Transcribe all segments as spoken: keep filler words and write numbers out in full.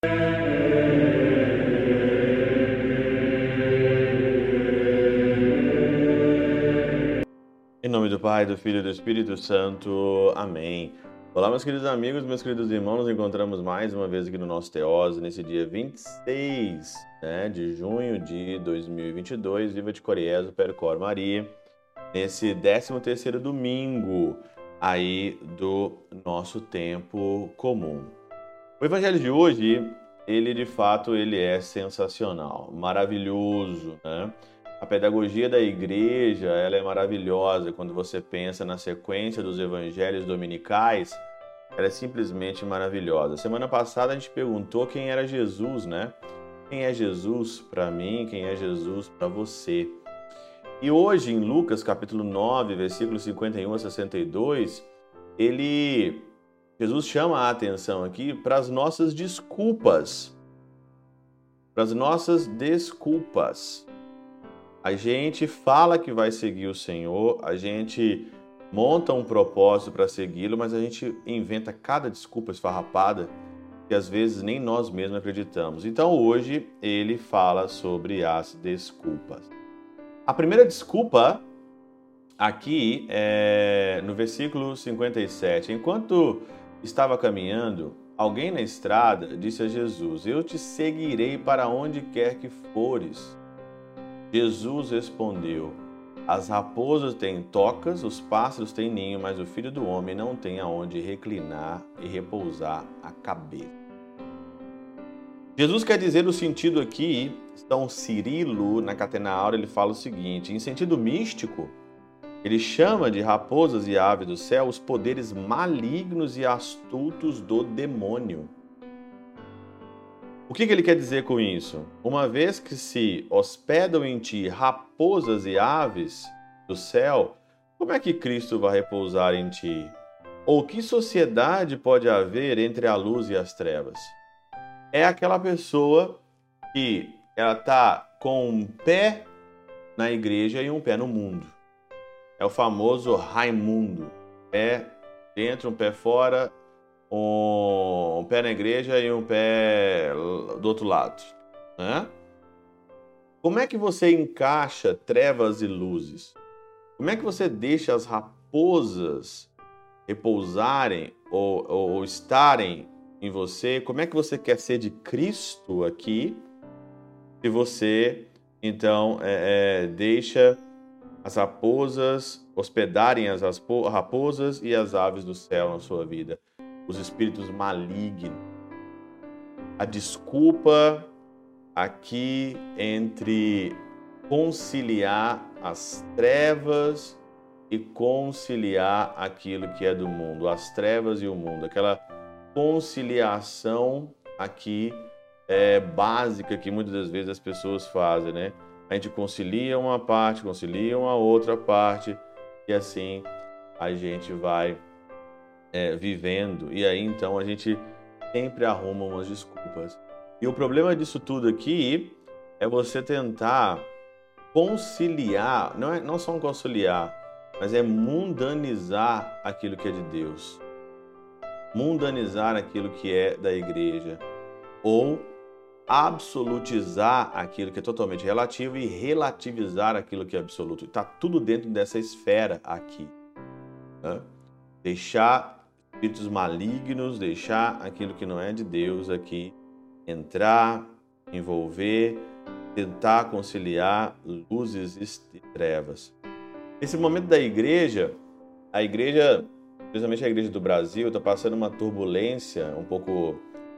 Em nome do Pai, do Filho e do Espírito Santo. Amém. Olá, meus queridos amigos, meus queridos irmãos, nos encontramos mais uma vez aqui no nosso Teose, nesse dia vinte e seis, né, de junho de dois mil e vinte e dois, Viva de Coriésio, Percor Maria, nesse décimo terceiro domingo aí do nosso tempo comum. O evangelho de hoje, ele de fato, ele é sensacional, maravilhoso, né? A pedagogia da igreja, ela é maravilhosa quando você pensa na sequência dos evangelhos dominicais, ela é simplesmente maravilhosa. Semana passada a gente perguntou quem era Jesus, né? Quem é Jesus para mim, quem é Jesus para você? E hoje, em Lucas capítulo nove, versículos cinquenta e um a sessenta e dois, ele, Jesus chama a atenção aqui para as nossas desculpas. Para as nossas desculpas. A gente fala que vai seguir o Senhor, a gente monta um propósito para segui-lo, mas a gente inventa cada desculpa esfarrapada que às vezes nem nós mesmos acreditamos. Então hoje ele fala sobre as desculpas. A primeira desculpa aqui é no versículo cinquenta e sete. Enquanto estava caminhando, alguém na estrada disse a Jesus: "Eu te seguirei para onde quer que fores." Jesus respondeu: "As raposas têm tocas, os pássaros têm ninho, mas o Filho do Homem não tem aonde reclinar e repousar a cabeça." Jesus quer dizer no sentido aqui, São Cirilo, na Catena Áurea, ele fala o seguinte: em sentido místico, ele chama de raposas e aves do céu os poderes malignos e astutos do demônio. O que ele quer dizer com isso? Uma vez que se hospedam em ti raposas e aves do céu, como é que Cristo vai repousar em ti? Ou que sociedade pode haver entre a luz e as trevas? É aquela pessoa que ela está com um pé na igreja e um pé no mundo. É o famoso Raimundo. Pé dentro, um pé fora, um pé na igreja e um pé do outro lado, né? Como é que você encaixa trevas e luzes? Como é que você deixa as raposas repousarem ou, ou, ou estarem em você? Como é que você quer ser de Cristo aqui, se você, então, é, é, deixa as raposas hospedarem as raposas e as aves do céu na sua vida? Os espíritos malignos. A desculpa aqui entre conciliar as trevas e conciliar aquilo que é do mundo, as trevas e o mundo, aquela conciliação aqui é básica que muitas das vezes as pessoas fazem, né? A gente concilia uma parte, concilia uma outra parte e assim a gente vai É, vivendo, e aí então a gente sempre arruma umas desculpas. E o problema disso tudo aqui é você tentar conciliar, não é não só conciliar, mas é mundanizar aquilo que é de Deus, mundanizar aquilo que é da igreja, ou absolutizar aquilo que é totalmente relativo e relativizar aquilo que é absoluto. Está tudo dentro dessa esfera aqui, né? Deixar espíritos malignos, deixar aquilo que não é de Deus aqui entrar, envolver, tentar conciliar luzes e trevas. Esse momento da igreja, a igreja, principalmente a igreja do Brasil, está passando uma turbulência um pouco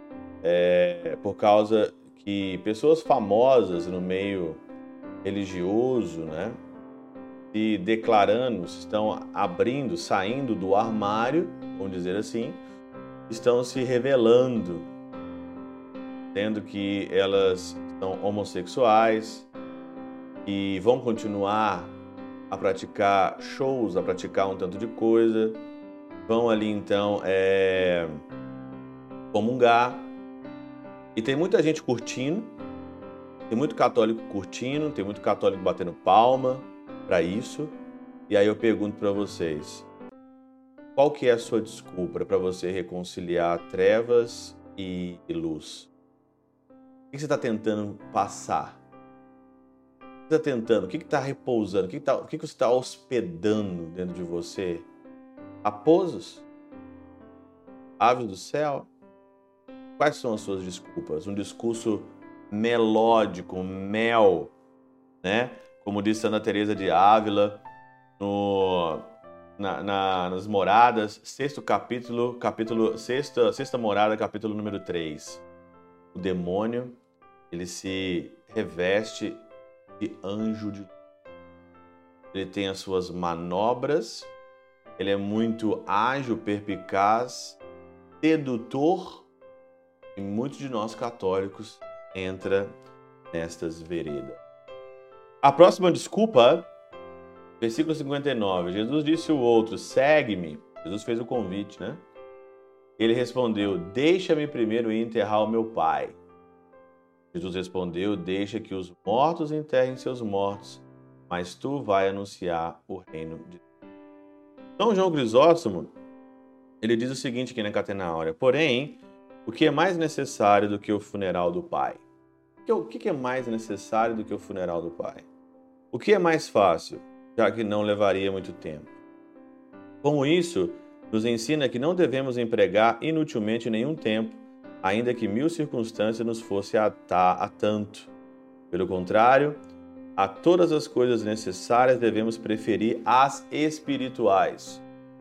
é, por causa que pessoas famosas no meio religioso, né, se declarando, estão abrindo, saindo do armário, vamos dizer assim, estão se revelando, tendo que elas são homossexuais e vão continuar a praticar shows, a praticar um tanto de coisa, vão ali então é, comungar. E tem muita gente curtindo, tem muito católico curtindo, tem muito católico batendo palma para isso. E aí eu pergunto para vocês, qual que é a sua desculpa para você reconciliar trevas e luz? que você está tentando passar? O que você está tentando? O que está repousando? O que, que, tá, o que, que você está hospedando dentro de você? Raposos? Aves do céu? Quais são as suas desculpas? Um discurso melódico, mel, né? Como disse Santa Teresa de Ávila, no, na, na, nas Moradas, sexto capítulo, capítulo sexta, sexta morada, capítulo número três. O demônio, ele se reveste de anjo de luz. Ele tem as suas manobras, ele é muito ágil, perspicaz, sedutor, e muitos de nós católicos entra nestas veredas. A próxima desculpa, versículo cinquenta e nove. Jesus disse ao outro, segue-me. Jesus fez o convite, né? Ele respondeu, deixa-me primeiro ir enterrar o meu pai. Jesus respondeu, deixa que os mortos enterrem seus mortos, mas tu vai anunciar o reino de Deus. Então, João Crisóstomo, ele diz o seguinte aqui na Catena Áurea, porém, o que é mais necessário do que o funeral do pai? O que é mais necessário do que o funeral do pai? O que é mais fácil, já que não levaria muito tempo? Como isso, nos ensina que não devemos empregar inutilmente nenhum tempo, ainda que mil circunstâncias nos fossem atar a tanto. Pelo contrário, a todas as coisas necessárias devemos preferir as espirituais.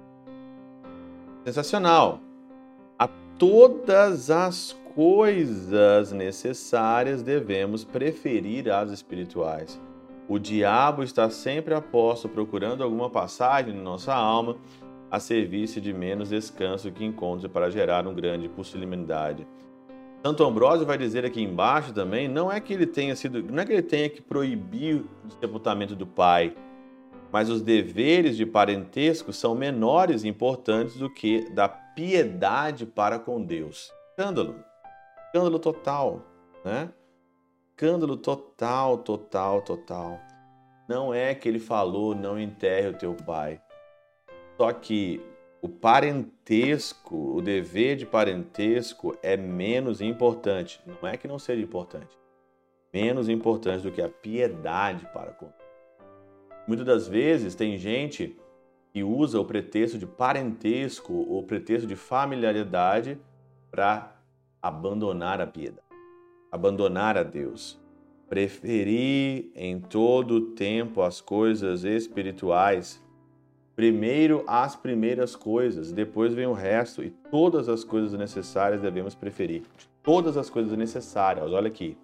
Sensacional! A todas as coisas necessárias devemos preferir as espirituais. O diabo está sempre a posto procurando alguma passagem na nossa alma a serviço de menos descanso que encontre para gerar um grande pusilanimidade. Santo Ambrósio vai dizer aqui embaixo também, não é que ele tenha sido, não é que ele tenha que proibir o sepultamento do pai, mas os deveres de parentesco são menores e importantes do que da piedade para com Deus. Escândalo. Escândalo total, né? Escândalo total, total, total. Não é que ele falou, não enterre o teu pai. Só que o parentesco, o dever de parentesco é menos importante. Não é que não seja importante. Menos importante do que a piedade para com Deus. Muitas das vezes tem gente que usa o pretexto de parentesco ou o pretexto de familiaridade para abandonar a piedade, abandonar a Deus. Preferir em todo o tempo as coisas espirituais. Primeiro as primeiras coisas, depois vem o resto, e todas as coisas necessárias devemos preferir. Todas as coisas necessárias, olha aqui.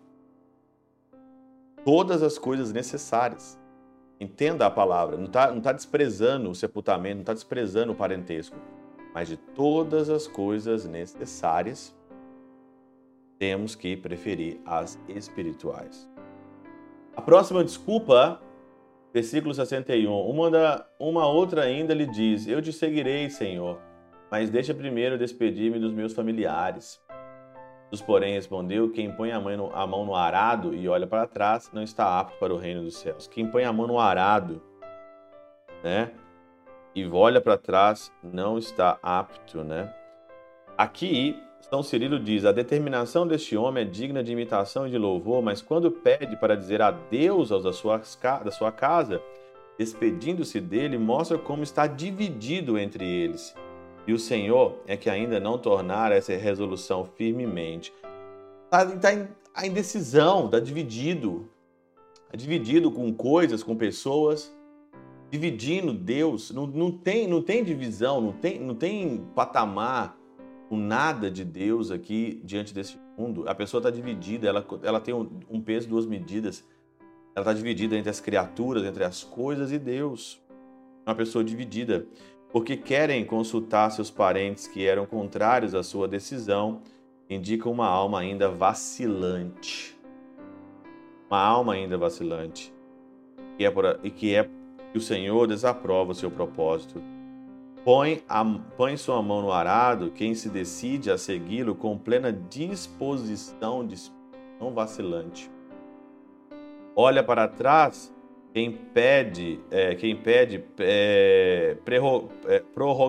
Todas as coisas necessárias. Entenda a palavra, não está não tá desprezando o sepultamento, não está desprezando o parentesco, mas de todas as coisas necessárias, temos que preferir as espirituais. A próxima desculpa, versículo sessenta e um, uma, da, uma outra ainda lhe diz, eu te seguirei, Senhor, mas deixa primeiro despedir-me dos meus familiares. Jesus, porém, respondeu, quem põe a mão, no, a mão no arado e olha para trás, não está apto para o reino dos céus. Quem põe a mão no arado, né, e olha para trás, não está apto, né? Aqui, São Cirilo diz, a determinação deste homem é digna de imitação e de louvor, mas quando pede para dizer adeus aos da sua, da sua casa, despedindo-se dele, mostra como está dividido entre eles. E o Senhor é que ainda não tornara essa resolução firmemente. Está tá em a indecisão, está dividido. Está dividido com coisas, com pessoas. Dividindo Deus. Não, não, tem, não tem divisão, não tem, não tem patamar com nada de Deus aqui diante desse mundo. A pessoa está dividida, ela, ela tem um, um peso, duas medidas. Ela está dividida entre as criaturas, entre as coisas e Deus. Uma pessoa dividida. Porque querem consultar seus parentes que eram contrários à sua decisão, indica uma alma ainda vacilante. Uma alma ainda vacilante. E, é por, e que é que o Senhor desaprova o seu propósito. Põe, a, põe sua mão no arado quem se decide a segui-lo com plena disposição de não vacilante. Olha para trás quem pede, é, quem pede é, prerro, é,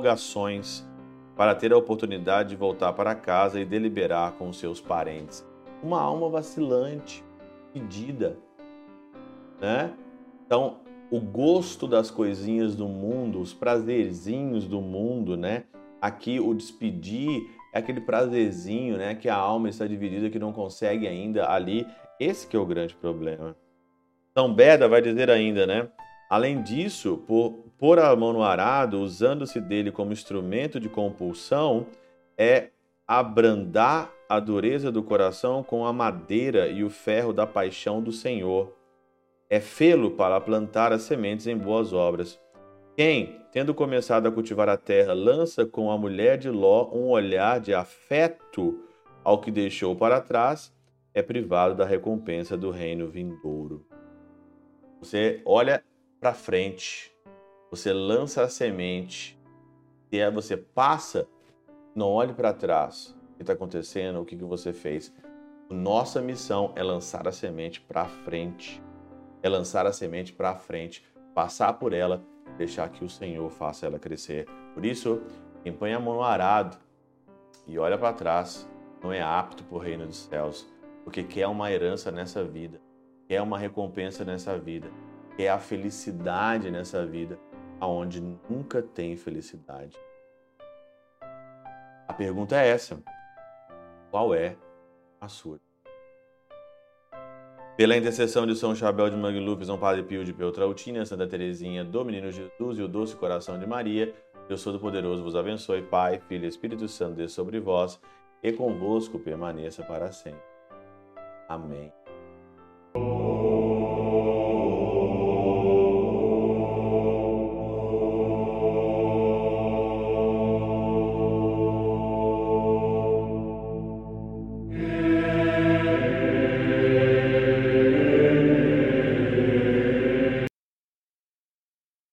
prorrogações para ter a oportunidade de voltar para casa e deliberar com seus parentes. uma alma vacilante, pedida, né? Então, o gosto das coisinhas do mundo, os prazerzinhos do mundo, né? Aqui o despedir é aquele prazerzinho, né? Que a alma está dividida, que não consegue ainda ali. Esse que é o grande problema. São Beda vai dizer ainda, né? Além disso, por pôr a mão no arado, usando-se dele como instrumento de compulsão, é abrandar a dureza do coração com a madeira e o ferro da paixão do Senhor. É fê-lo para plantar as sementes em boas obras. Quem, tendo começado a cultivar a terra, lança com a mulher de Ló um olhar de afeto ao que deixou para trás, é privado da recompensa do reino vindouro. Você olha para frente, você lança a semente, e aí você passa, não olhe para trás. O que está acontecendo? O que, que você fez? Nossa missão é lançar a semente para frente. É lançar a semente para frente, passar por ela, deixar que o Senhor faça ela crescer. Por isso, quem põe a mão no arado e olha para trás não é apto para o reino dos céus, porque quer uma herança nessa vida, quer uma recompensa nessa vida, quer a felicidade nessa vida, aonde nunca tem felicidade. A pergunta é essa: qual é a sua? Pela intercessão de São Chabel de Mangluf, São Padre Pio de Peltrautina, Santa Teresinha do Menino Jesus e o Doce Coração de Maria, Deus Todo-Poderoso vos abençoe, Pai, Filho e Espírito Santo, desça sobre vós e convosco permaneça para sempre. Amém.